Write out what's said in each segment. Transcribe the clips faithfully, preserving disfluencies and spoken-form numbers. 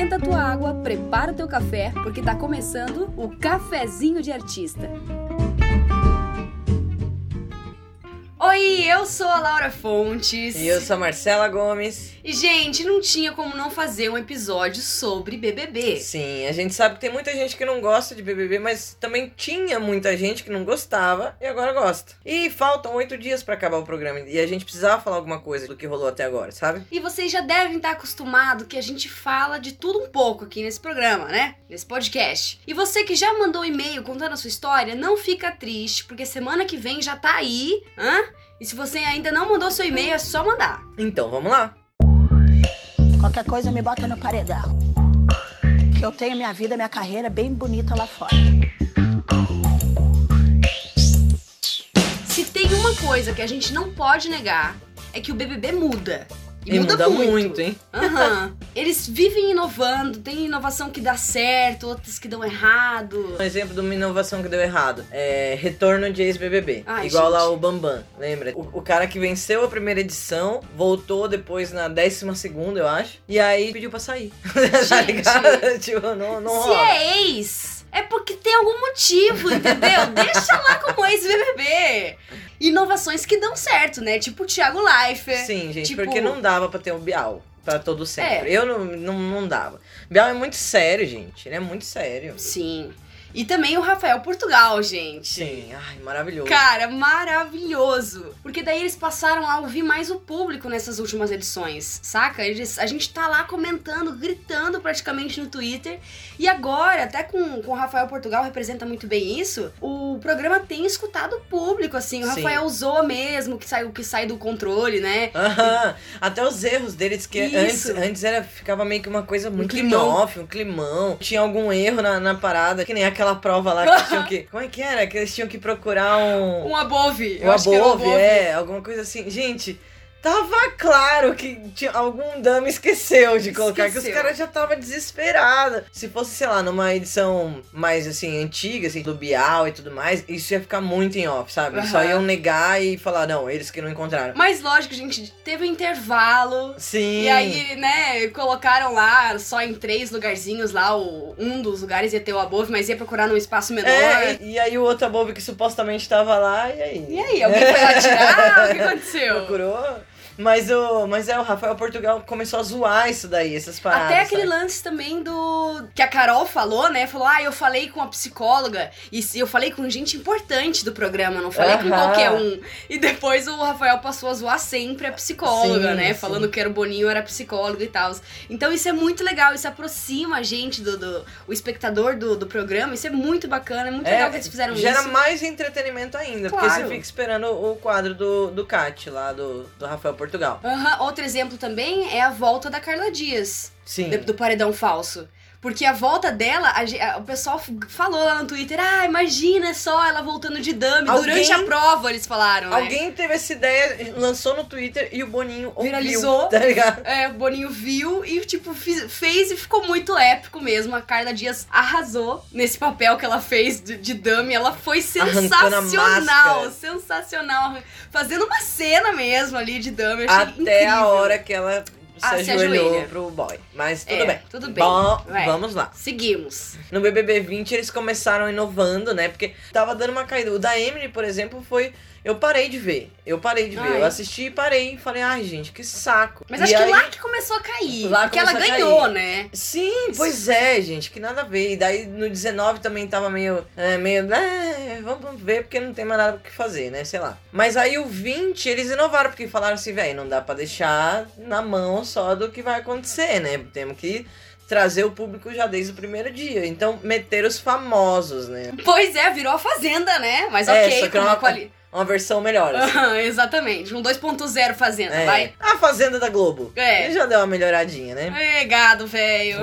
esquenta a tua água, prepara o teu café, porque tá começando o Cafezinho de Artista. Oi, eu sou a Laura Fontes. E eu sou a Marcela Gomes. E, gente, não tinha como não fazer um episódio sobre B B B. Sim, a gente sabe que tem muita gente que não gosta de B B B, mas também tinha muita gente que não gostava e agora gosta. E faltam oito dias pra acabar o programa e a gente precisava falar alguma coisa do que rolou até agora, sabe? E vocês já devem estar acostumados que a gente fala de tudo um pouco aqui nesse programa, né? Nesse podcast. E você que já mandou um e-mail contando a sua história, não fica triste, porque semana que vem já tá aí, hã? E se você ainda não mandou seu e-mail, é só mandar. Então, vamos lá. Qualquer coisa me bota no paredão. Que eu tenho minha vida, minha carreira bem bonita lá fora. Se tem uma coisa que a gente não pode negar, é que o B B B muda. E, E muda, muda muito. muito, hein? Uhum. Eles vivem inovando, tem inovação que dá certo, outras que dão errado. Um exemplo de uma inovação que deu errado é retorno de ex-B B B. Ai, Igual gente. lá o Bambam, lembra? O, o cara que venceu a primeira edição, voltou depois na décima segunda, eu acho, e aí pediu pra sair. Tá Gente. ligado? Tipo, não, não Se rola. é ex, é porque tem algum motivo, entendeu? Deixa lá como ex-B B B. Inovações que dão certo, né? Tipo o Thiago Leifert. Sim, gente, tipo... porque não dava pra ter o Bial pra todo sempre. É. Eu não, não, não dava. Bial é muito sério, gente. Ele é muito sério. Sim. E também o Rafael Portugal, gente. Sim, ai, maravilhoso. Cara, maravilhoso. Porque daí eles passaram a ouvir mais o público nessas últimas edições, saca? Eles, a gente tá lá comentando, gritando praticamente no Twitter. E agora, até com, com o Rafael Portugal representa muito bem isso, o programa tem escutado o público, assim. O Sim. Rafael zoa mesmo, que sai, que sai do controle, né? Aham, até os erros deles, que antes, Isso. antes era, ficava meio que uma coisa muito climão. off, um climão. Tinha algum erro na, na parada, que nem aquela prova lá que eles tinham que... Como é que era? Que eles tinham que procurar um... Um above. Um Eu acho que era um above, é, alguma coisa assim. Gente, tava claro que tinha, algum dama esqueceu de colocar, que os Esqueceu. caras já estavam desesperados. Se fosse, sei lá, numa edição mais, assim, antiga, assim, do Bial e tudo mais, isso ia ficar muito em off, sabe? Eles Só Aham. iam negar e falar, não, eles que não encontraram. Mas lógico, gente, teve um intervalo. Sim. E aí, né, colocaram lá só em três lugarzinhos lá, o, um dos lugares ia ter o above, mas ia procurar num espaço menor. É, e, e aí o outro above que supostamente tava lá, e aí? E aí, alguém foi lá tirar? O que aconteceu? Procurou? Mas o, mas é, o Rafael Portugal começou a zoar isso daí, essas paradas. Até aquele sabe? lance também do... Que a Carol falou, né? Falou, ah, eu falei com a psicóloga e se- eu falei com gente importante do programa, não falei com Aham. qualquer um. E depois o Rafael passou a zoar sempre a psicóloga, Sim, né? sim. Falando que era o Boninho, era psicólogo e tal. Então isso é muito legal, isso aproxima a gente, do, do o espectador do, do programa. Isso é muito bacana, é muito legal que eles fizeram gera isso. mais entretenimento ainda, Claro. porque você fica esperando o quadro do, do Cat lá, do, do Rafael Portugal. Aham. Outro exemplo também é a volta da Carla Dias. Sim. do, do paredão falso. Porque a volta dela, a ge- a- o pessoal f- falou lá no Twitter, ah, imagina só ela voltando de dummy. Alguém- Durante a prova, eles falaram, né? Alguém teve essa ideia, lançou no Twitter e o Boninho ouviu, Viralizou. tá ligado? É, o Boninho viu e, tipo, fiz- fez e ficou muito épico mesmo. A Carla Dias arrasou nesse papel que ela fez de, de dummy. Ela foi Arrancando a sensacional, máscara. sensacional. Fazendo uma cena mesmo ali de dummy. Eu achei Até incrível. a hora que ela se Ah, se ajoelhou ajoelha. pro boy. Mas tudo É, bem. tudo bem. Bom, Vai. vamos lá. Seguimos. No B B B vinte eles começaram inovando, né? Porque tava dando uma caída. O da Emily, por exemplo, foi... Eu parei de ver. Eu parei de ver. Ai. Eu assisti e parei. E falei, ai, gente, que saco. Mas E acho aí- que lá que começou a cair. Lá porque ela começou a ganhou, cair. né? Sim, pois é, gente, que nada a ver. E daí no dezenove também tava meio, é, meio, é, vamos ver porque não tem mais nada o que fazer, né, sei lá. Mas aí o vinte eles inovaram, porque falaram assim, velho, não dá pra deixar na mão só do que vai acontecer, né, temos que trazer o público já desde o primeiro dia. Então, meter os famosos, né. Pois é, virou a Fazenda, né? Mas É, ok, só que com é uma uma- quali... Uma versão melhor, assim. Aham, exatamente, um dois ponto zero Fazenda, É. vai. A Fazenda da Globo. É. Ele já deu uma melhoradinha, né. Ê, gado, velho.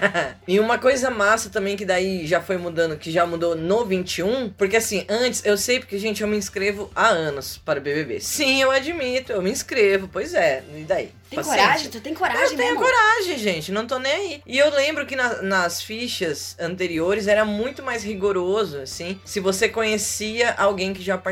E uma coisa massa também que daí já foi mudando, que já mudou no vinte e um, porque assim, antes, eu sei porque, gente, eu me inscrevo há anos para o B B B. Sim, eu admito, eu me inscrevo, pois é, e daí? Tem Paciência. coragem? Tu tem coragem Eu tenho mesmo? coragem, gente, não tô nem aí. E eu lembro que na- nas fichas anteriores era muito mais rigoroso, assim, se você conhecia alguém que já participou do B B B.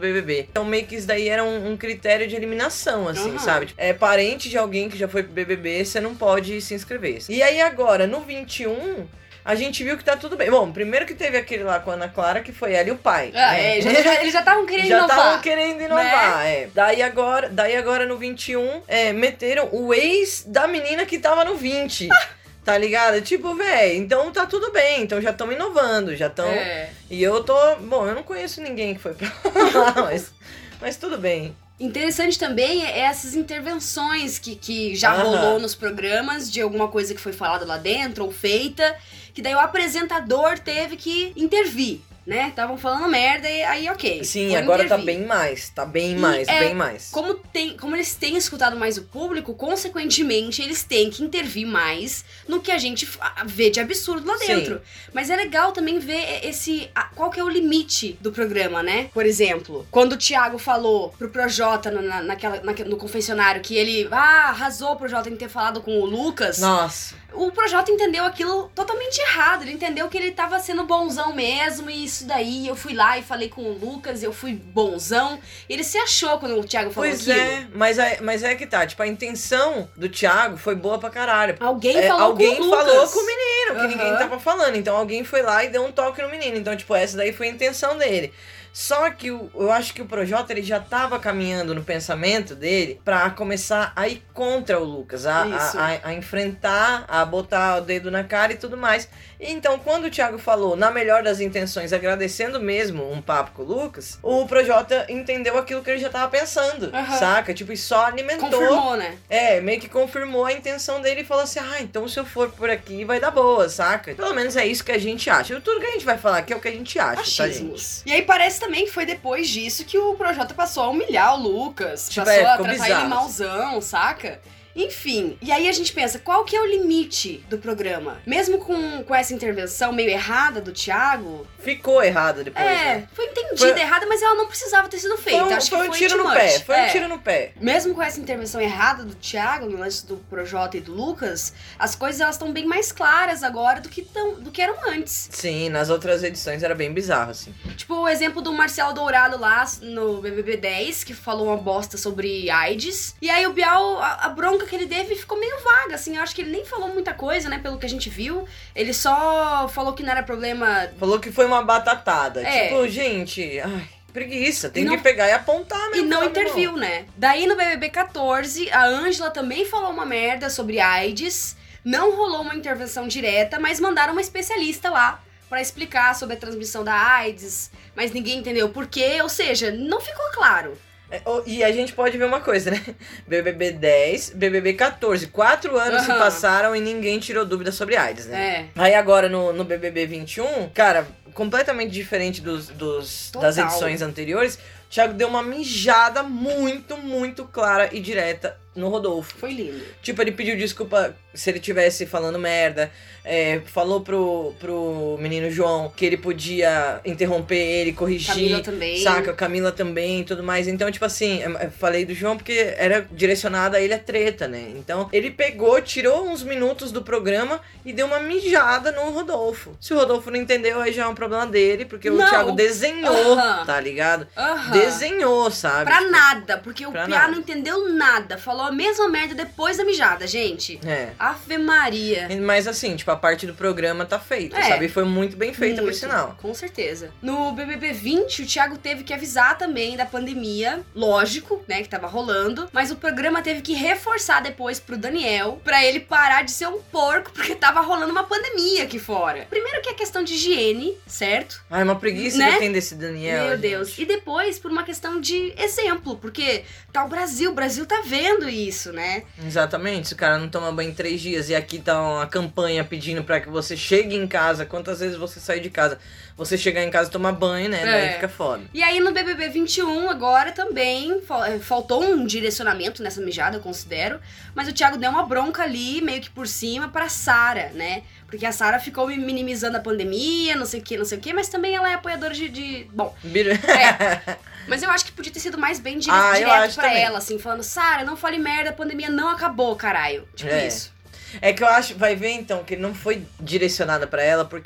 B B B. Então meio que isso daí era um, um critério de eliminação, assim, Uhum. sabe? É parente de alguém que já foi pro B B B, você não pode se inscrever. E aí agora, no vinte e um... a gente viu que tá tudo bem. Bom, primeiro que teve aquele lá com a Ana Clara, que foi ela e o pai. Ah, né? é, já, já, eles já estavam querendo Já inovar. estavam querendo inovar, né? é. Daí agora, daí agora no vinte e um, é, meteram o ex da menina que tava no vinte. Tá ligado? Tipo, véi, então tá tudo bem. Então já estão inovando, já estão... É. E eu tô... Bom, eu não conheço ninguém que foi pra lá, mas, mas tudo bem. Interessante também é essas intervenções que, que já Aham. rolou nos programas, de alguma coisa que foi falada lá dentro ou feita, que daí o apresentador teve que intervir, né? Estavam falando merda e aí ok. Sim, foi agora tá intervir. bem mais. Tá bem E mais, é- bem mais. Como, tem, como eles têm escutado mais o público, consequentemente eles têm que intervir mais no que a gente fa- vê de absurdo lá Sim. dentro. Mas é legal também ver esse a- qual que é o limite do programa, né? Por exemplo, quando o Thiago falou pro Projota no, na, naquela, naque- no confessionário que ele ah, arrasou o Projota em ter falado com o Lucas, Nossa. o Projota entendeu aquilo totalmente errado. Ele entendeu que ele tava sendo bonzão mesmo, e isso daí eu fui lá e falei com o Lucas, eu fui bonzão. Ele se achou quando o Thiago falou Pois aquilo. é, mas é, mas é que tá, tipo, a intenção do Thiago foi boa pra caralho. Alguém É, falou alguém com o Lucas. falou com o menino, que Aham. ninguém tava falando. Então alguém foi lá e deu um toque no menino. Então, tipo, essa daí foi a intenção dele. Só que o, eu acho que o Projota, ele já tava caminhando no pensamento dele pra começar a ir contra o Lucas, a, Isso. a, a, a enfrentar, a botar o dedo na cara e tudo mais. E então, quando o Thiago falou, na melhor das intenções, agradecendo mesmo um papo com o Lucas, o Projota entendeu aquilo que ele já tava pensando, Aham. saca? Tipo, e só alimentou. Confirmou, né? É, meio que confirmou a intenção dele e falou assim, ah, então se eu for por aqui vai dar boa, saca? Pelo menos é isso que a gente acha. Tudo que a gente vai falar aqui é o que a gente acha, tá, gente? Achismos. E aí parece também que foi depois disso que o Projota passou a humilhar o Lucas. Tipo, passou é, a ficou tratar bizarro. ele malzão, saca? Enfim, e aí a gente pensa, qual que é o limite do programa? Mesmo com, com essa intervenção meio errada do Thiago, Ficou errado depois, é, né? foi entendida Foi- errada, mas ela não precisava ter sido feita. Foi um, Acho foi que um foi tiro too no much. pé, foi É. um tiro no pé. Mesmo com essa intervenção errada do Thiago, no lance do Projota e do Lucas, as coisas elas estão bem mais claras agora do que, tão, do que eram antes. Sim, nas outras edições era bem bizarro, assim. Tipo o exemplo do Marcelo Dourado lá no B B B dez, que falou uma bosta sobre AIDS. E aí o Bial, a, a bronca que ele teve ficou meio vaga, assim. Eu acho que ele nem falou muita coisa, né, pelo que a gente viu. Ele só falou que não era problema... Falou que foi uma batatada. É. Tipo, gente, ai, preguiça. Tem E não- que pegar e apontar E mesmo. não falar, interviu, meu né? Daí no B B B quatorze, a Ângela também falou uma merda sobre AIDS. Não rolou uma intervenção direta, mas mandaram uma especialista lá pra explicar sobre a transmissão da AIDS, mas ninguém entendeu por quê, ou seja, não ficou claro. É, oh, e a gente pode ver uma coisa, né? B B B dez, B B B quatorze. Quatro anos se Aham. passaram e ninguém tirou dúvida sobre AIDS, né? É. Aí agora no, no B B B vinte e um, cara, completamente diferente dos, dos, Total. das edições anteriores, o Thiago deu uma mijada muito, muito clara e direta no Rodolfo. Foi lindo. Tipo, ele pediu desculpa se ele tivesse falando merda, é, falou pro, pro menino João que ele podia interromper ele, corrigir. Camila também. Saca, Camila também e tudo mais. Então, tipo assim, eu falei do João porque era direcionado a ele a treta, né? Então, ele pegou, tirou uns minutos do programa e deu uma mijada no Rodolfo. Se o Rodolfo não entendeu, aí já é um problema dele, porque Não. o Thiago desenhou, Aham. tá ligado? Aham. Desenhou, sabe? Pra Tipo, nada, porque o pra Piá nada. não entendeu nada. Falou a mesma merda depois da mijada, gente. É. Ave Maria. Mas assim, tipo, a parte do programa tá feita, É. sabe? E foi muito bem feita, por Muito, sinal. Com certeza. No B B B vinte, o Thiago teve que avisar também da pandemia, lógico, né, que tava rolando, mas o programa teve que reforçar depois pro Daniel, pra ele parar de ser um porco, porque tava rolando uma pandemia aqui fora. Primeiro que é questão de higiene, certo? Ai, uma preguiça Né? que tem desse Daniel. Meu gente. Deus. E depois por uma questão de exemplo, porque tá o Brasil, o Brasil tá vendo isso, né? Exatamente, se o cara não toma banho em três dias e aqui tá uma campanha pedindo pra que você chegue em casa, quantas vezes você sai de casa, você chegar em casa e tomar banho, né? É. Daí fica foda. E aí no B B B vinte e um agora também fa- eh, faltou um direcionamento nessa mijada, eu considero, mas o Thiago deu uma bronca ali, meio que por cima, pra Sara, né? Porque a Sara ficou minimizando a pandemia, não sei o que, não sei o que, mas também ela é apoiadora de... de... Bom, Vira- é. Mas eu acho que podia ter sido mais bem dire Ah, eu direto acho pra também. ela, assim, falando, Sara, não fale merda, a pandemia não acabou, caralho. Tipo É. isso. É que eu acho, vai ver então, que não foi direcionada pra ela, porque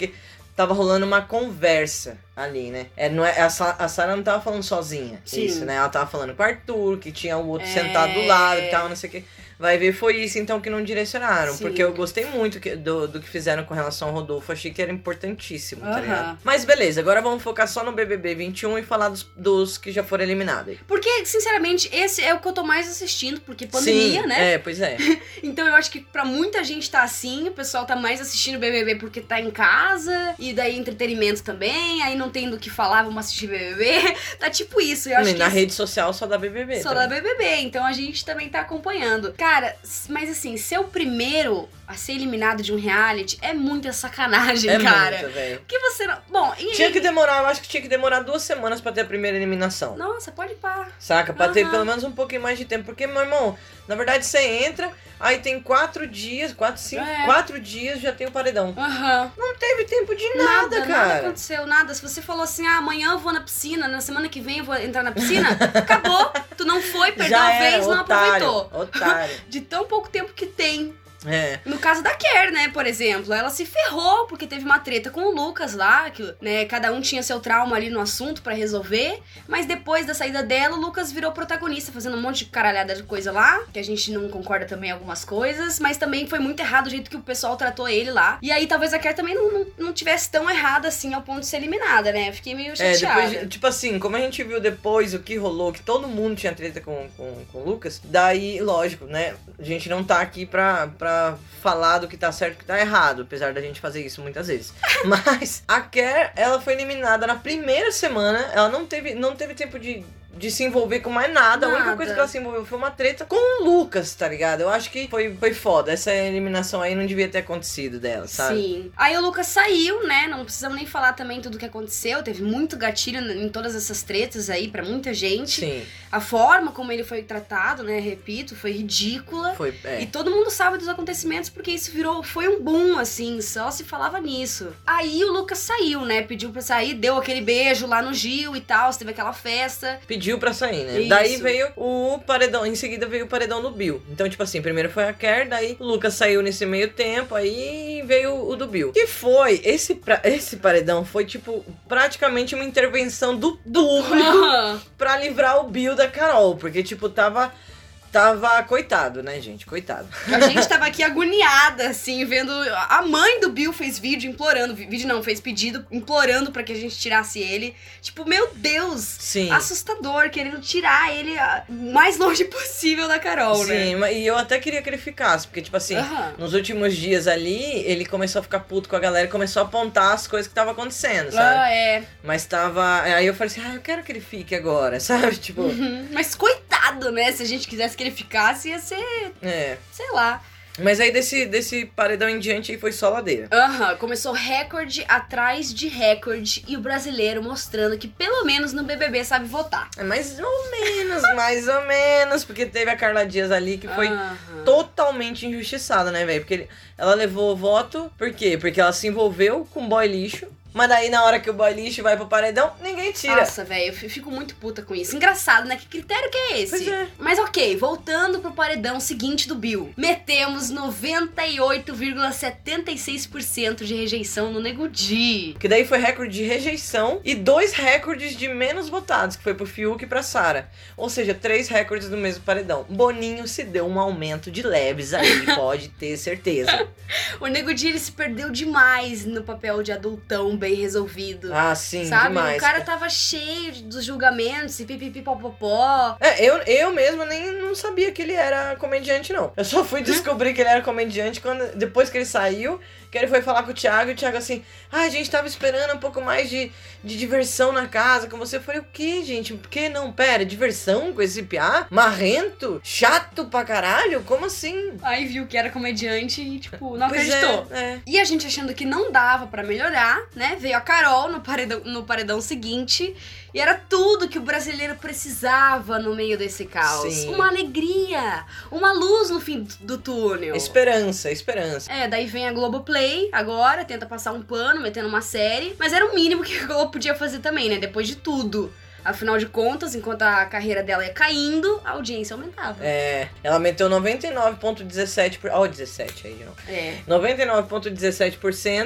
tava rolando uma conversa ali, né? É, não é, a, Sa- a Sarah não tava falando sozinha. Sim. Isso, né? Ela tava falando com o Arthur, que tinha o outro É. sentado do lado e tal, não sei o que. Vai ver, foi isso então que não direcionaram. Sim. Porque eu gostei muito que- do, do que fizeram com relação ao Rodolfo. Achei que era importantíssimo, tá Aham. ligado? Mas beleza, agora vamos focar só no B B B vinte e um e falar dos, dos que já foram eliminados. Porque, sinceramente, esse é o que eu tô mais assistindo, porque pandemia, Sim, né? É, pois é. Então eu acho que pra muita gente tá assim, o pessoal tá mais assistindo B B B porque tá em casa, e daí entretenimento também, aí não tem do que falar, vamos assistir B B B. Tá tipo isso, eu acho E que na esse- rede social só dá B B B. só também. da B B B, então a gente também tá acompanhando. Cara, s- mas assim, ser o primeiro a ser eliminado de um reality é muita sacanagem, É cara. muito, velho. Porque você não... Bom, e... Tinha que demorar, eu acho que tinha que demorar duas semanas pra ter a primeira eliminação. Nossa, pode pá. Saca? Pra ter Aham. pelo menos um pouquinho mais de tempo. Porque, meu irmão, na verdade você entra, aí tem quatro dias, quatro, cinco, É. quatro dias já tem o paredão. Aham. Não teve tempo de nada, Nada, nada cara. aconteceu, nada. Se você falou assim, ah, amanhã eu vou na piscina, na semana que vem eu vou entrar na piscina, acabou. Tu não foi, perdeu já a era, vez, não otário, aproveitou. Otário. De tão pouco tempo que tem. É. No caso da Kerr, né, por exemplo, ela se ferrou porque teve uma treta com o Lucas lá, que, né, cada um tinha seu trauma ali no assunto pra resolver, mas depois da saída dela, o Lucas virou protagonista, fazendo um monte de caralhada de coisa lá, que a gente não concorda também em algumas coisas, mas também foi muito errado o jeito que o pessoal tratou ele lá. E aí talvez a Kerr também não, não, não tivesse tão errada assim ao ponto de ser eliminada, né? Eu fiquei meio É, chateada. depois, de- tipo assim, como a gente viu depois o que rolou, que todo mundo tinha treta com, com, com o Lucas, daí, lógico, né? A gente não tá aqui pra, pra falar do que tá certo e o que tá errado, apesar da gente fazer isso muitas vezes. Mas a Kerr, ela foi eliminada na primeira semana, ela não teve, não teve tempo de, de se envolver com mais nada. A única Nada. coisa que ela se envolveu foi uma treta com o Lucas, tá ligado? Eu acho que foi, foi foda. Essa eliminação aí não devia ter acontecido dela, sabe? Sim. Aí o Lucas saiu, né? Não precisamos nem falar também tudo que aconteceu. Teve muito gatilho em todas essas tretas aí pra muita gente. Sim, A forma como ele foi tratado, né? Repito, foi ridícula. foi. É. E todo mundo sabe dos acontecimentos porque isso virou, foi um boom, assim, só se falava nisso. Aí o Lucas saiu, né? Pediu pra sair, deu aquele beijo lá no Gil e tal, teve aquela festa. Pediu pra sair, né? Isso. Daí veio o paredão, em seguida veio o paredão do Bill. Então, tipo assim, primeiro foi a Kerr, daí o Lucas saiu nesse meio tempo, aí veio o do Bill. Que foi, esse, pra- esse paredão foi, tipo, praticamente uma intervenção do público pra livrar o Bill da Carol, porque, tipo, tava... Tava coitado, né, gente? Coitado. A gente tava aqui agoniada, assim, vendo. A mãe do Bill fez vídeo implorando. Vídeo não, fez pedido implorando pra que a gente tirasse ele. Tipo, meu Deus! Sim. Assustador, querendo tirar ele ah, o mais longe possível da Carol, né? Sim, mas- e eu até queria que ele ficasse, porque, tipo assim, Aham. nos últimos dias ali, ele começou a ficar puto com a galera e começou a apontar as coisas que estavam acontecendo, sabe? Ah, é. Mas tava. Aí eu falei assim, ah, eu quero que ele fique agora, sabe? Tipo, Uhum. Mas coitado, né? Se a gente quisesse que ele ficasse, ia ser, é. sei lá. Mas aí desse, desse paredão em diante aí foi só ladeira. Aham, começou recorde atrás de recorde e o brasileiro mostrando que pelo menos no B B B sabe votar. É mais ou menos, mais ou menos, porque teve a Carla Dias ali que foi Aham. totalmente injustiçada, né, velho? Porque ele- ela levou o voto, por quê? Porque ela se envolveu com o boy lixo. Mas daí, na hora que o boy lixo vai pro paredão, ninguém tira. Nossa, velho, eu fico muito puta com isso. Engraçado, né? Que critério que é esse? Pois é. Mas ok, voltando pro paredão seguinte do Bill. Metemos noventa e oito vírgula setenta e seis por cento de rejeição no Nego Di. Que daí foi recorde de rejeição e dois recordes de menos votados, que foi pro Fiuk e pra Sarah. Ou seja, três recordes do mesmo paredão. Boninho se deu um aumento de leves aí, pode ter certeza. O Nego Di, ele se perdeu demais no papel de adultão bem resolvido. Ah, sim, Sabe? demais. O cara tava cheio de- dos julgamentos e pipipipopopó. É, eu, eu mesmo nem não sabia que ele era comediante, não. Eu só fui descobrir que ele era comediante quando, depois que ele saiu, que ele foi falar com o Thiago, e o Thiago assim, ah, a gente tava esperando um pouco mais de, de diversão na casa com você. Eu falei, o que, gente? Por que não? Pera, diversão com esse piá? Marrento? Chato pra caralho? Como assim? Aí viu que era comediante e, tipo, não Pois acreditou. é, é. E a gente achando que não dava pra melhorar, né? Veio a Carol no paredão, no paredão seguinte. E era tudo que o brasileiro precisava no meio desse caos. Sim. Uma alegria, uma luz no fim do túnel. Esperança, esperança. É, daí vem a Globoplay agora, tenta passar um pano, metendo uma série. Mas era o mínimo que a Globo podia fazer também, né? Depois de tudo. Afinal de contas, enquanto a carreira dela ia caindo, a audiência aumentava. É, ela meteu noventa e nove vírgula dezessete por cento. Ó, dezessete aí de novo. É. noventa e nove vírgula dezessete por cento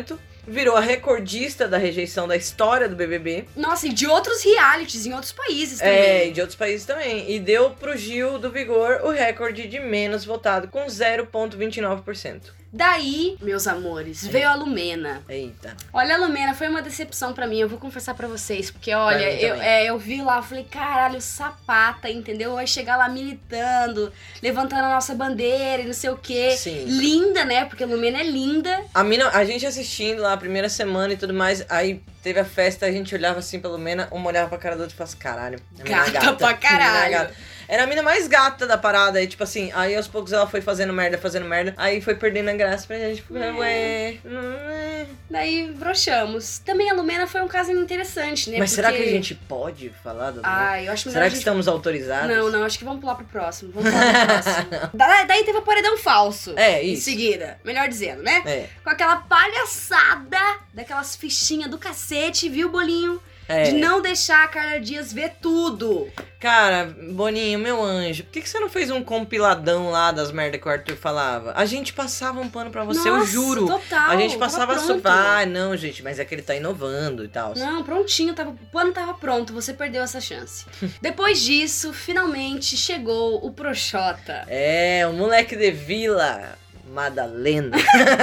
virou a recordista da rejeição da história do B B B. Nossa, e de outros realities em outros países também. É, e de outros países também. E deu pro Gil do Vigor o recorde de menos votado, com zero vírgula vinte e nove por cento. Daí, meus amores, veio a Lumena. Eita. Olha, a Lumena foi uma decepção pra mim, eu vou confessar pra vocês, porque olha, Pra mim eu, também. é, eu vi lá, eu falei, caralho, sapata, entendeu? Vai chegar lá militando, levantando a nossa bandeira e não sei o quê. Sim. Linda, né? Porque a Lumena é linda. A, mina, a gente assistindo lá a primeira semana e tudo mais, aí teve a festa, a gente olhava assim pra Lumena, uma olhava pra cara do outro e falava assim, caralho, a mina é Gata pra a mina é caralho. gata. Era a mina mais gata da parada, aí tipo assim, aí aos poucos ela foi fazendo merda, fazendo merda, aí foi perdendo a graça pra gente, tipo, É. ué, não é. Daí broxamos. Também a Lumena foi um caso interessante, né? Mas será que Porque- a gente pode falar da Lumena? Ai, eu acho melhor Será a que gente... estamos autorizados? Não, não, acho que vamos pular pro próximo. Vamos pular pro próximo. Da- Daí teve o paredão falso. É, Em isso. seguida. Melhor dizendo, né? É, Com aquela palhaçada daquelas fichinhas do cacete, viu, Bolinho? é. De não deixar a Carla Dias ver tudo. Cara, Boninho, meu anjo, por que, que você não fez um compiladão lá das merdas que o Arthur falava? A gente passava um pano pra você, eu Nossa, juro. total. A gente tava passava pronto. sobre. Ah, não, gente, mas é que ele tá inovando e tal. Não, prontinho, tava, o plano tava pronto, você perdeu essa chance. Depois disso, finalmente chegou o Proxota. É, o moleque de vila, Madalena.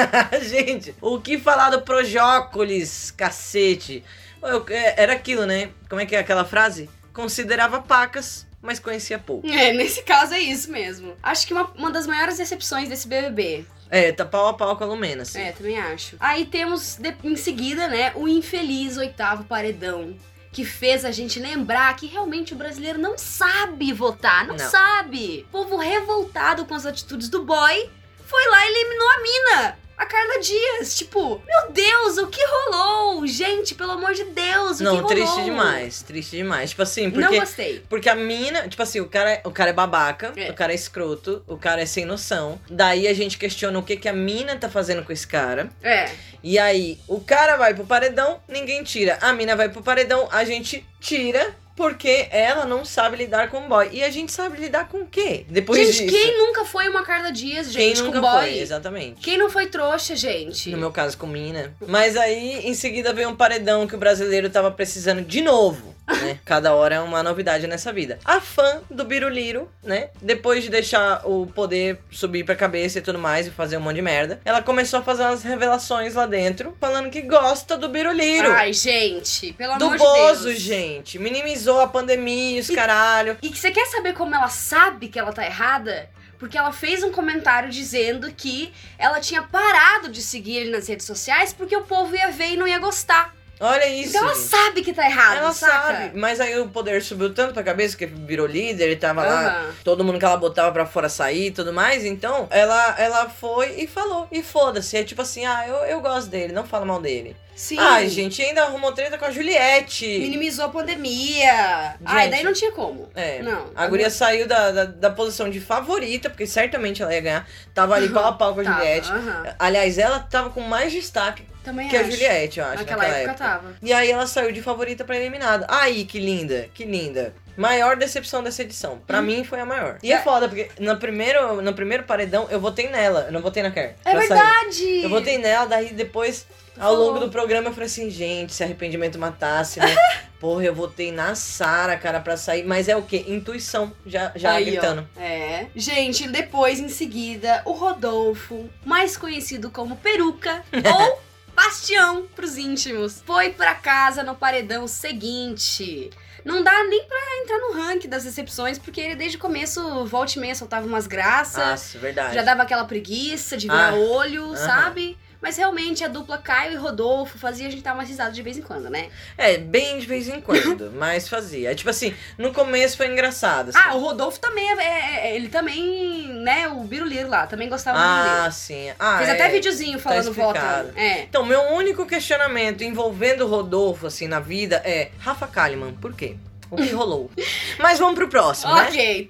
Gente, o que falar do Projócolis, cacete? Eu- é, era aquilo, né? Como é que é aquela frase? Considerava pacas, mas conhecia pouco. É, nesse caso é isso mesmo. Acho que uma, uma das maiores decepções desse B B B. É, tá pau a pau com a Lumena, assim. É, também acho. Aí temos, de- em seguida, né, o infeliz oitavo paredão. Que fez a gente lembrar que realmente o brasileiro não sabe votar, não, Não. sabe. O povo revoltado com as atitudes do boy foi lá e eliminou a mina, a Carla Dias. Tipo, meu Deus, o que rolou? Gente, pelo amor de Deus, o que Não, rolou? triste demais, triste demais. Tipo assim, Não porque... gostei. Porque a mina, tipo assim, o cara, o cara é babaca, É. o cara é escroto, o cara é sem noção. Daí a gente questiona o que, que a mina tá fazendo com esse cara. É. E aí, o cara vai pro paredão, ninguém tira. A mina vai pro paredão, a gente tira, porque ela não sabe lidar com o boy. E a gente sabe lidar com o quê? Depois Gente, disso. quem nunca foi uma Carla Dias, Quem gente, nunca com boy? foi, exatamente. Quem não foi trouxa, gente? No meu caso, com mina. Mas aí, em seguida, veio um paredão que o brasileiro tava precisando de novo, né? Cada hora é uma novidade nessa vida. A fã do Biruliro, né? Depois de deixar o poder subir pra cabeça e tudo mais, e fazer um monte de merda, ela começou a fazer umas revelações lá dentro, falando que gosta do Biruliro. Ai, gente, pelo do amor de Bozo, Deus. gente. Minimizou a pandemia, os caralho. E que você quer saber como ela sabe que ela tá errada? Porque ela fez um comentário dizendo que ela tinha parado de seguir ele nas redes sociais porque o povo ia ver e não ia gostar. Olha isso. Então ela gente. sabe que tá errado, Ela saca? sabe, mas aí o poder subiu tanto pra cabeça que virou líder, ele tava lá, Aham. todo mundo que ela botava pra fora sair e tudo mais, então ela, ela foi e falou, e foda-se, é tipo assim, ah, eu, eu gosto dele, não fala mal dele. Sim. Ai, gente, ainda arrumou treta com a Juliette. Minimizou a pandemia. Ai, daí não tinha como. É, Não. a guria saiu da, da, da posição de favorita, porque certamente ela ia ganhar, tava ali pau a pau com a Tava, Juliette. aham. Aliás, ela tava com mais destaque Também que a acho. Juliette, eu acho, Naquela, naquela, época, tava. E aí ela saiu de favorita pra eliminada. Aí, que linda, que linda. Maior decepção dessa edição. Pra Hum. mim foi a maior. E é, É. foda, porque no primeiro, no primeiro paredão eu votei nela, eu não votei na Kerr. É pra sair. verdade! Eu votei nela, daí depois, ao falou. longo do programa, eu falei assim, gente, se arrependimento matasse, né? Porra, eu votei na Sara, cara, pra sair. Mas é o quê? Intuição, já, já Aí, gritando. ó. É. Gente, depois, em seguida, o Rodolfo, mais conhecido como Peruca, ou Bastião pros íntimos, foi pra casa no paredão seguinte. Não dá nem pra entrar no ranking das decepções, porque ele desde o começo, volta e meia, soltava umas graças, Nossa, verdade. já dava aquela preguiça de virar Ah, olho, aham. sabe? Mas realmente a dupla Caio e Rodolfo fazia a gente dar umas risadas de vez em quando, né? É, bem de vez em quando, mas fazia. É tipo assim, no começo foi engraçado. Assim. Ah, o Rodolfo também, é, é- é- ele também, né, o Biruliro lá, também gostava do Ah, Biruliro. sim. Ah, Fez é. até videozinho falando explicado. voto. É. Então, meu único questionamento envolvendo o Rodolfo, assim, na vida é Rafa Kalimann, por quê? O que rolou? Mas vamos pro próximo, né? Ok.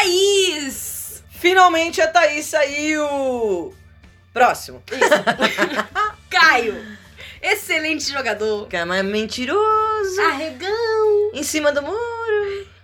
Thaís! Finalmente a Thaís saiu! Próximo. Caio! Excelente jogador. Cara, mas mentiroso. Arregão. Em cima do muro.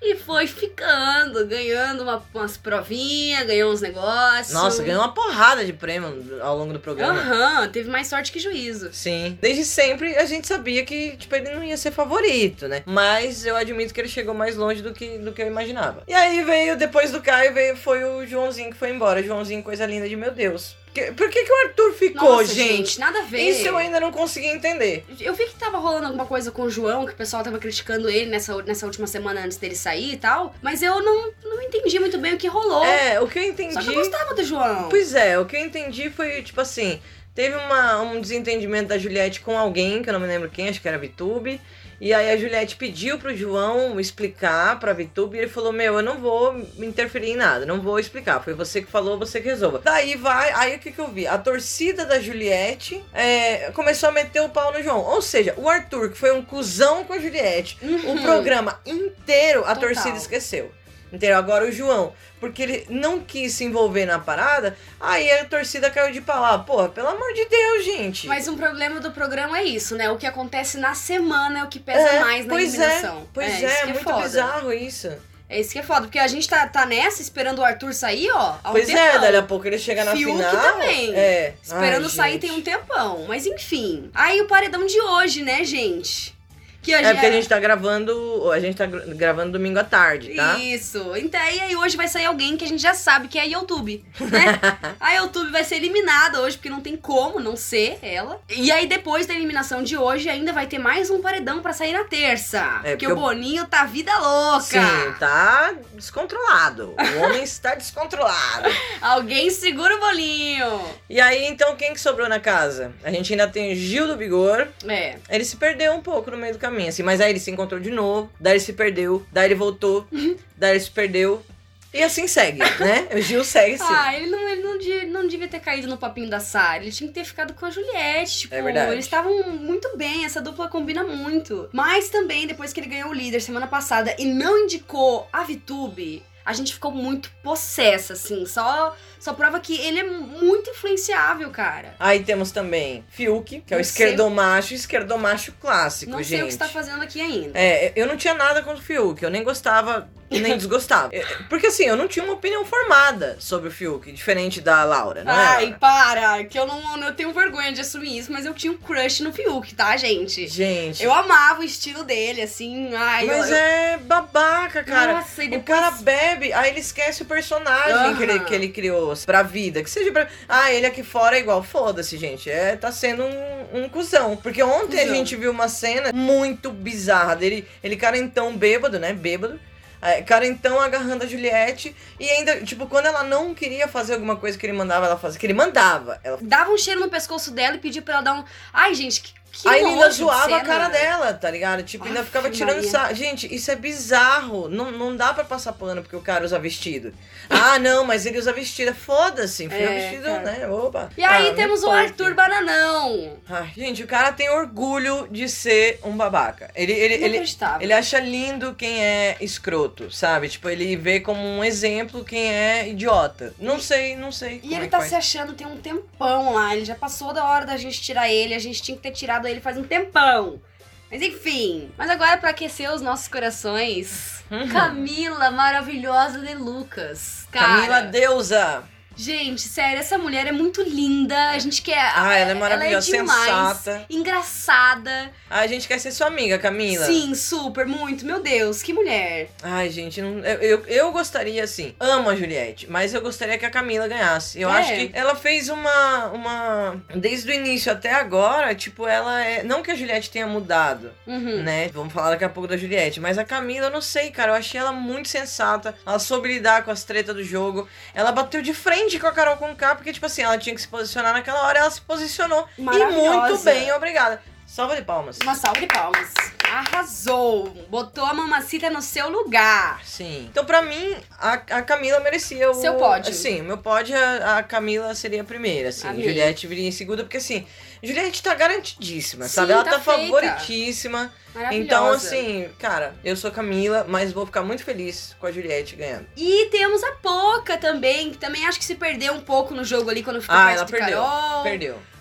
E foi ficando, ganhando uma, umas provinhas, ganhou uns negócios. Nossa, ganhou uma porrada de prêmio ao longo do programa. Aham, uhum, teve mais sorte que juízo. Sim. Desde sempre a gente sabia que, tipo, ele não ia ser favorito, né? Mas eu admito que ele chegou mais longe do que, do que eu imaginava. E aí veio, depois do Caio, veio, foi o Joãozinho que foi embora. Joãozinho, coisa linda de meu Deus. Por que, que o Arthur ficou, Nossa, gente? gente? Nada a ver. Isso eu ainda não consegui entender. Eu vi que tava rolando alguma coisa com o João, que o pessoal tava criticando ele nessa, nessa última semana antes dele sair e tal. Mas eu não, não entendi muito bem o que rolou. É, o que eu entendi... Só que eu gostava do João. Pois é, o que eu entendi foi, tipo assim... Teve uma, um desentendimento da Juliette com alguém, que eu não me lembro quem, acho que era a Vitube. E aí a Juliette pediu pro João explicar pra Vitube e ele falou, meu, eu não vou me interferir em nada, não vou explicar. Foi você que falou, você que resolva. Daí vai, aí o que que eu vi? A torcida da Juliette é, começou a meter o pau no João. Ou seja, o Arthur, que foi um cuzão com a Juliette, uhum. o programa inteiro a Total. torcida esqueceu. Entendeu? Agora o João, porque ele não quis se envolver na parada, aí a torcida caiu de pau lá. Porra, pelo amor de Deus, gente. Mas um problema do programa é isso, né? O que acontece na semana é o que pesa é, mais na pois eliminação. É, pois é, é, é muito foda. bizarro isso. É isso que é foda, porque a gente tá, tá nessa, esperando o Arthur sair, ó, há um Pois tempão. é, dali a pouco ele chega na Fiuk final. também. É. Esperando Ai, sair gente. tem um tempão. Mas enfim. Aí o paredão de hoje, né, gente? Que a é gente... porque a gente tá gravando. A gente tá gravando domingo à tarde, tá? Isso. Então, e aí hoje vai sair alguém que a gente já sabe que é a YouTube, né? A YouTube vai ser eliminada hoje, porque não tem como não ser ela. E aí, depois da eliminação de hoje, ainda vai ter mais um paredão pra sair na terça. É, porque, porque o Boninho tá vida louca. Sim, tá descontrolado. O homem está descontrolado. Alguém segura o Bolinho. E aí, então, quem que sobrou na casa? A gente ainda tem o Gil do Vigor. É. Ele se perdeu um pouco no meio do caminho. Assim, mas aí ele se encontrou de novo, daí ele se perdeu, daí ele voltou, daí ele se perdeu. E assim segue, né? O Gil segue sim. Ah, ele não, ele não, devia, não devia ter caído no papinho da Sara. Ele tinha que ter ficado com a Juliette. Tipo, é verdade. Eles estavam muito bem, essa dupla combina muito. Mas também, depois que ele ganhou o líder semana passada e não indicou a Vitube, a gente ficou muito possessa, assim. Só, só prova que ele é muito influenciável, cara. Aí temos também Fiuk, que é o Não esquerdomacho, esquerdomacho clássico, não gente. sei o que você tá fazendo aqui ainda. É, eu não tinha nada contra o Fiuk, eu nem gostava e nem desgostava. Porque assim, eu não tinha uma opinião formada sobre o Fiuk, diferente da Laura, não é? Ai, para, que eu não eu tenho vergonha de assumir isso, mas eu tinha um crush no Fiuk, tá, gente? Gente. Eu amava o estilo dele, assim, ai... Mas eu, é babaca, cara. Nossa, e depois... O cara bebe, aí ele esquece o personagem Uhum. que, ele, que ele criou pra vida. Que seja pra... Ah, ele aqui fora é igual. Foda-se, gente. É, tá sendo um, um cuzão. Porque ontem Cusão. a gente viu uma cena muito bizarra dele, ele carentão bêbado, né? Bêbado. Carentão agarrando a Juliette. E ainda, tipo, quando ela não queria fazer alguma coisa que ele mandava ela fazer, que ele mandava. Ela... Dava um cheiro no pescoço dela e pedia pra ela dar um... Ai, gente, que, que Aí ele ainda nojo de zoava a cena. cara dela, tá ligado? Tipo, ainda Aff, ficava tirando Maria. sarro. Gente, isso é bizarro. Não, não dá pra passar pano porque o cara usa vestido. Ah, não, mas ele usa vestido. Foda-se, enfia o É, vestido, cara. né? Opa. E aí Ah, temos me o poupe. Arthur Bananão. Ai, gente, o cara tem orgulho de ser um babaca. Ele, ele, ele, Inacreditável. ele acha lindo quem é escroto, sabe? Tipo, ele vê como um exemplo quem é idiota. Não sei, não sei. E como ele é que tá faz. se achando tem um tempão lá. Ele já passou da hora da gente tirar ele. A gente tinha que ter tirado ele faz um tempão. Mas enfim. Mas agora, pra aquecer os nossos corações, Uhum. Camila maravilhosa de Lucas. Cara, Camila Deusa. gente, sério, essa mulher é muito linda. A gente quer. Ah, ela é maravilhosa, ela é demais, sensata. engraçada. Ai, a gente quer ser sua amiga, Camila. Sim, super, muito. Meu Deus, que mulher. Ai, gente, não, eu, eu, eu gostaria, assim, amo a Juliette, mas eu gostaria que a Camila ganhasse. Eu É. acho que ela fez uma, uma... Desde o início até agora, tipo, ela é... Não que a Juliette tenha mudado, Uhum. né? Vamos falar daqui a pouco da Juliette. Mas a Camila, eu não sei, cara. Eu achei ela muito sensata. Ela soube lidar com as tretas do jogo. Ela bateu de frente com a Carol Conká, porque, tipo assim, ela tinha que se posicionar naquela hora. Ela se posicionou. E Maravilhosa. muito bem, obrigada. Salva de palmas. Uma salva de palmas. Arrasou. Botou a mamacita no seu lugar. Sim. Então, pra mim, a, a Camila merecia o... Seu pódio. Sim, o meu pódio, a, a Camila seria a primeira, assim. Amei. Juliette viria em segunda, porque, assim, Juliette tá garantidíssima, Sim, sabe? Ela tá tá, feita. favoritíssima. Maravilhosa. Então, assim, cara, eu sou Camila, mas vou ficar muito feliz com a Juliette ganhando. E temos a Poca também, que também acho que se perdeu um pouco no jogo ali quando ficou Ah, perto ela de perdeu. Carol. Perdeu.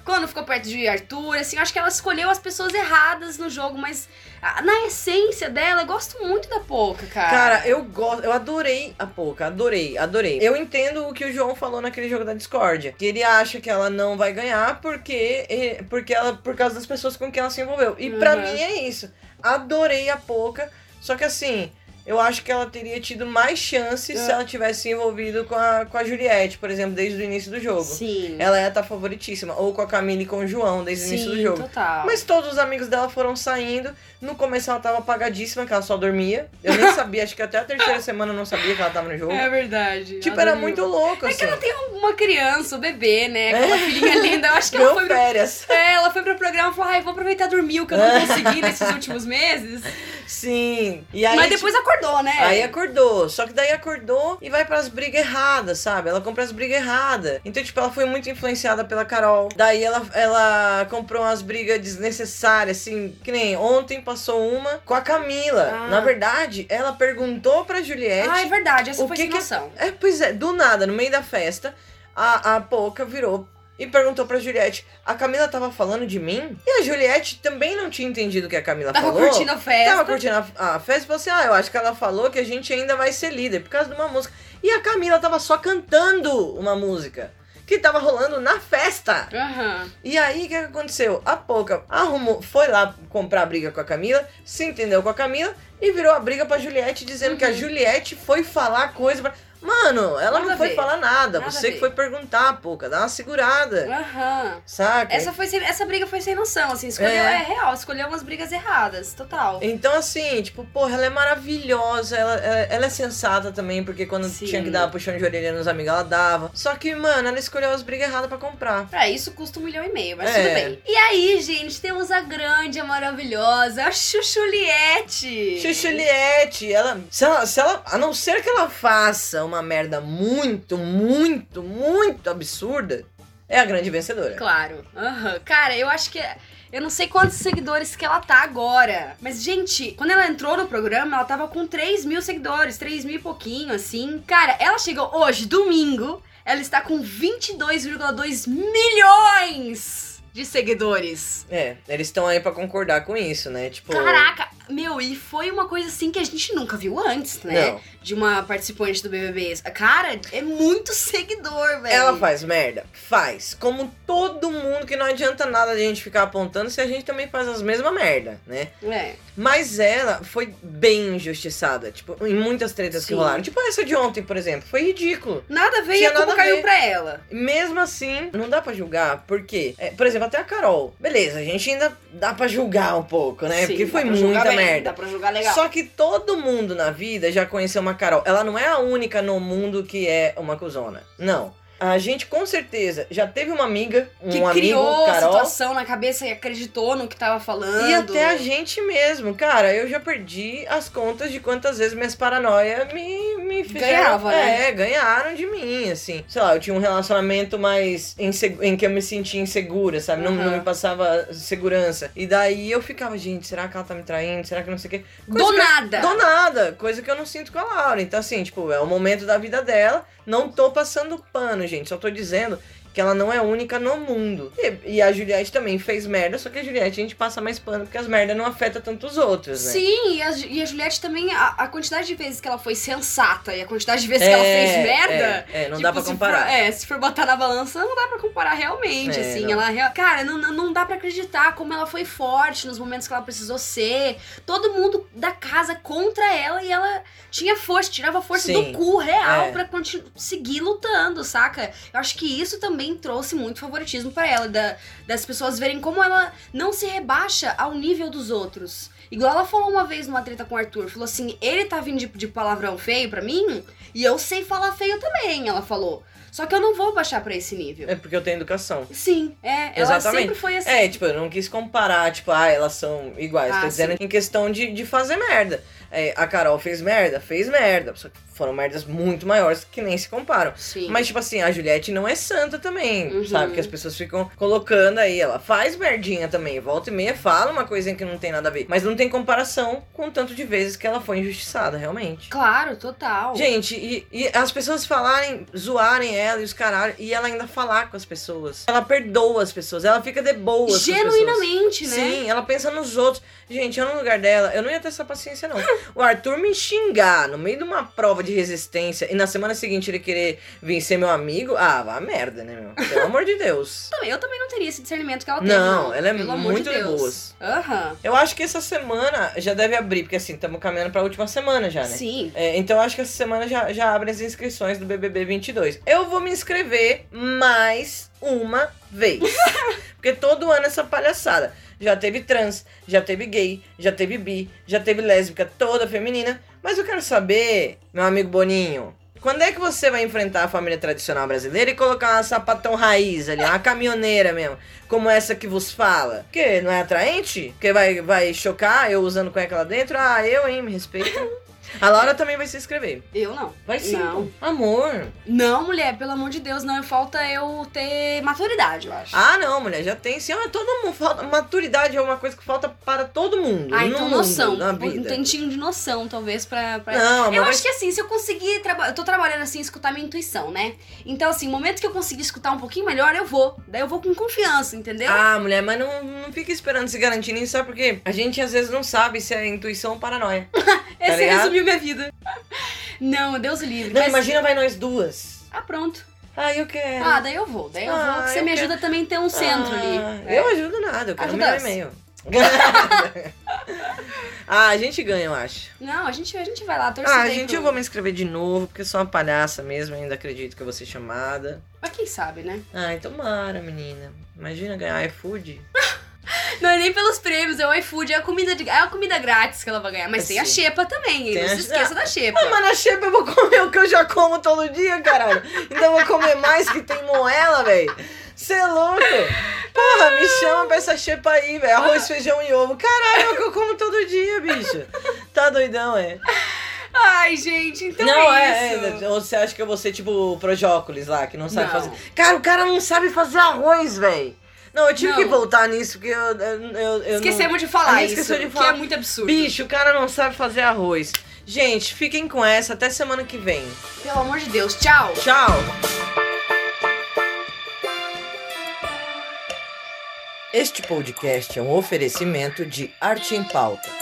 quando ficou perto de Arthur, assim, eu acho que ela escolheu as pessoas erradas no jogo, mas na essência dela, eu gosto muito da Poca, cara. Cara, eu gosto, eu adorei a Poca, adorei, adorei. Eu entendo o que o João falou naquele jogo da Discord, que ele acha que ela não vai ganhar porque, porque ela, por causa das pessoas com quem ela se envolveu. E uhum. pra mim é isso. Adorei a Poca, só que assim... Eu acho que ela teria tido mais chances é. se ela tivesse se envolvido com a, com a Juliette, por exemplo, desde o início do jogo. Sim. Ela ia estar favoritíssima. Ou com a Camila e com o João, desde Sim, o início do jogo. Total. Mas todos os amigos dela foram saindo. No começo ela tava apagadíssima, que ela só dormia. Eu nem sabia, acho que até a terceira semana eu não sabia que ela tava no jogo. É verdade. Tipo, era muito louco, assim. É que ela tem uma criança, um bebê, né? Aquela é. filhinha linda. Eu acho que ela foi pro... férias. É, ela foi pro programa e falou, ai, vou aproveitar e dormir, o que eu não consegui nesses últimos meses. Sim. E aí, Mas depois tipo... acordou, né? Aí acordou. Só que daí acordou e vai pras brigas erradas, sabe? Ela compra as brigas erradas. Então, tipo, ela foi muito influenciada pela Carol. Daí ela, ela comprou umas brigas desnecessárias, assim, que nem ontem passou uma com a Camila. Ah. Na verdade, ela perguntou pra Juliette... Ah, é verdade. Essa o foi que sem noção. Que... É, pois é. Do nada, no meio da festa, a, a Poca virou... E perguntou pra Juliette, a Camila tava falando de mim? E a Juliette também não tinha entendido o que a Camila tava falou. Tava curtindo a festa. Tava curtindo a, a festa e falou assim, ah, eu acho que ela falou que a gente ainda vai ser líder por causa de uma música. E a Camila tava só cantando uma música que tava rolando na festa. Uhum. E aí, o que aconteceu? A Poca arrumou, foi lá comprar briga com a Camila, se entendeu com a Camila e virou a briga pra Juliette, dizendo uhum. que a Juliette foi falar coisa pra... Mano, ela nada não foi falar nada. nada Você que foi perguntar, Poca. Dá uma segurada. Aham. Uhum. Saca? Essa, foi sem, essa briga foi sem noção, assim. Escolheu, é. é real, escolheu umas brigas erradas, total. Então, assim, tipo, porra, ela é maravilhosa. Ela, ela, ela é sensata também, porque quando Sim. tinha que dar puxão de orelha nos amigos, ela dava. Só que, mano, ela escolheu as brigas erradas pra comprar. É, isso custa um milhão e meio, mas é. tudo bem. E aí, gente, temos a grande, a maravilhosa, a Chuchuliette. Chuchuliette, ela se, ela... se ela... A não ser que ela faça uma merda muito muito, muito, muito absurda, é a grande vencedora. Claro. Uhum. Cara, eu acho que... Eu não sei quantos seguidores que ela tá agora. Mas, gente, quando ela entrou no programa, ela tava com três mil seguidores. três mil e pouquinho, assim. Cara, ela chegou hoje, domingo. Ela está com vinte e dois vírgula dois milhões de seguidores. É, eles estão aí pra concordar com isso, né? Tipo... Caraca, meu, e foi uma coisa assim que a gente nunca viu antes, né? Não. De uma participante do B B B. Cara, é muito seguidor, velho. Ela faz merda? Faz. Como todo mundo, que não adianta nada a gente ficar apontando se a gente também faz as mesmas merda, né? É. Mas ela foi bem injustiçada, tipo, em muitas tretas Sim. que rolaram. Tipo essa de ontem, por exemplo. Foi ridículo. Nada veio e a culpa caiu pra ela. Mesmo assim, não dá pra julgar, porque, é, por exemplo, até a Carol. Beleza, a gente ainda dá pra julgar um pouco, né? Sim, porque foi muita muita merda. Dá pra julgar legal. Só que todo mundo na vida já conheceu uma Carol. Ela não é a única no mundo que é uma cuzona. Não. A gente com certeza já teve uma amiga, um que amigo, criou Carol, a situação na cabeça e acreditou no que tava falando. E até a gente mesmo. Cara, eu já perdi as contas de quantas vezes minhas paranoias me, me fizeram... Ganhava, né? É, ganharam de mim, assim. Sei lá, eu tinha um relacionamento mais insegu... em que eu me sentia insegura, sabe? Uhum. Não, não me passava segurança. E daí eu ficava, gente, será que ela tá me traindo? Será que não sei o quê? Coisa Do que nada! Eu... Do nada! Coisa que eu não sinto com a Laura. Então, assim, tipo, é o momento da vida dela. Não tô passando pano, gente. Só tô dizendo que ela não é única no mundo. E, e a Juliette também fez merda, só que a Juliette a gente passa mais pano, porque as merdas não afetam tanto os outros, né? Sim, e a, e a Juliette também, a, a quantidade de vezes que ela foi sensata e a quantidade de vezes é, que ela fez merda... É, é não tipo, dá pra comparar. For, é, se for botar na balança, não dá pra comparar realmente, é, assim. Não. Ela, cara, não, não dá pra acreditar como ela foi forte nos momentos que ela precisou ser. Todo mundo da casa contra ela e ela tinha força, tirava força Sim, do cu real é. pra seguir lutando, saca? Eu acho que isso também trouxe muito favoritismo pra ela, da, das pessoas verem como ela não se rebaixa ao nível dos outros. Igual ela falou uma vez numa treta com o Arthur, falou assim, ele tá vindo de, de palavrão feio pra mim, e eu sei falar feio também, ela falou. Só que eu não vou baixar pra esse nível. É porque eu tenho educação. Sim, é. Ela Exatamente. sempre foi assim. É, tipo, eu não quis comparar, tipo, ah, elas são iguais. Ah, Tô dizendo sim. em questão de, de fazer merda. É, a Carol fez merda? Fez merda. Só que foram merdas muito maiores que nem se comparam. Sim. Mas, tipo assim, a Juliette não é santa também. também, Uhum. sabe? Que as pessoas ficam colocando aí. Ela faz merdinha também. Volta e meia, fala uma coisinha que não tem nada a ver. Mas não tem comparação com o tanto de vezes que ela foi injustiçada, realmente. Claro, total. Gente, e, e as pessoas falarem, zoarem ela e os caralho, e ela ainda falar com as pessoas. Ela perdoa as pessoas, ela fica de boa com as pessoas. Genuinamente, né? Sim, ela pensa nos outros. Gente, eu no lugar dela, eu não ia ter essa paciência, não. O Arthur me xingar no meio de uma prova de resistência e na semana seguinte ele querer vir ser meu amigo, ah, vá merda, né, meu? Pelo amor de Deus. Também, eu também não teria esse discernimento que ela teve. Não, Não, ela é Pelo amor muito de de Deus. boas. Aham. Eu acho que essa semana já deve abrir, porque assim, estamos caminhando pra última semana já, né? Sim. É, então eu acho que essa semana já, já abre as inscrições do B B B vinte e dois. Eu vou me inscrever mais uma vez. Porque todo ano essa palhaçada. Já teve trans, já teve gay, já teve bi, já teve lésbica, toda feminina. Mas eu quero saber, meu amigo Boninho, quando é que você vai enfrentar a família tradicional brasileira e colocar uma sapatão raiz ali, uma caminhoneira mesmo, como essa que vos fala? Porque não é atraente? Porque vai, vai chocar eu usando cueca lá dentro? Ah, eu, hein, me respeita. A Laura também vai se inscrever. Eu não. Vai sim. Não. Amor. Não, mulher, pelo amor de Deus, não. Falta eu ter maturidade, eu acho. Ah, não, mulher, já tem sim. Ah, todo mundo falta. Maturidade é uma coisa que falta para todo mundo. Ah, no então mundo, noção. na Um vida. tantinho de noção, talvez, pra... pra... Não, amor, eu mas- acho que assim, se eu conseguir trabalhar... Eu tô trabalhando assim, escutar minha intuição, né? Então, assim, no momento que eu conseguir escutar um pouquinho melhor, eu vou. Daí eu vou com confiança, entendeu? Ah, mulher, mas não, não fica esperando se garantir nisso, sabe por quê? A gente às vezes não sabe se é intuição ou paranoia. Esse ligado? resumiu minha vida. Não, Deus o livre. Não, mas- imagina vai nós duas. Ah, pronto. Ah, eu quero. Ah, daí eu vou. Daí eu Ah, vou, que você eu me quero. ajuda também a ter um centro Ah, ali. Eu É. ajudo nada, eu quero o meu Ajuda-se. e-mail. Ah, a gente ganha, eu acho. Não, a gente, a gente vai lá, torcer Ah, daí gente, pro... eu vou me inscrever de novo, porque eu sou uma palhaça mesmo, ainda acredito que eu vou ser chamada. Mas quem sabe, né? Ai, tomara, menina. Imagina ganhar iFood. Não é nem pelos prêmios, é o iFood, é a comida, de... é a comida grátis que ela vai ganhar. Mas tem a Sim. xepa também, e Tem não a- se esqueça da xepa. Ah, mas na xepa eu vou comer o que eu já como todo dia, caralho. Então eu vou comer mais que tem moela, velho. Cê é louco. Porra, me chama pra essa xepa aí, velho. Arroz, feijão e ovo. Caralho, é o que eu como todo dia, bicho. Tá doidão, é? Ai, gente, então não, é, é, isso. é. Ou você acha que eu vou ser tipo o Projócolis lá, que não sabe Não. fazer. Cara, o cara não sabe fazer arroz, velho. Não, eu tive Não. que voltar nisso, porque eu. eu, eu, eu Esquecemos não... de falar A gente isso, esqueceu de que falar. é muito absurdo. Bicho, o cara não sabe fazer arroz. Gente, fiquem com essa até semana que vem. Pelo amor de Deus, tchau. Tchau! Este podcast é um oferecimento de Arte em Pauta.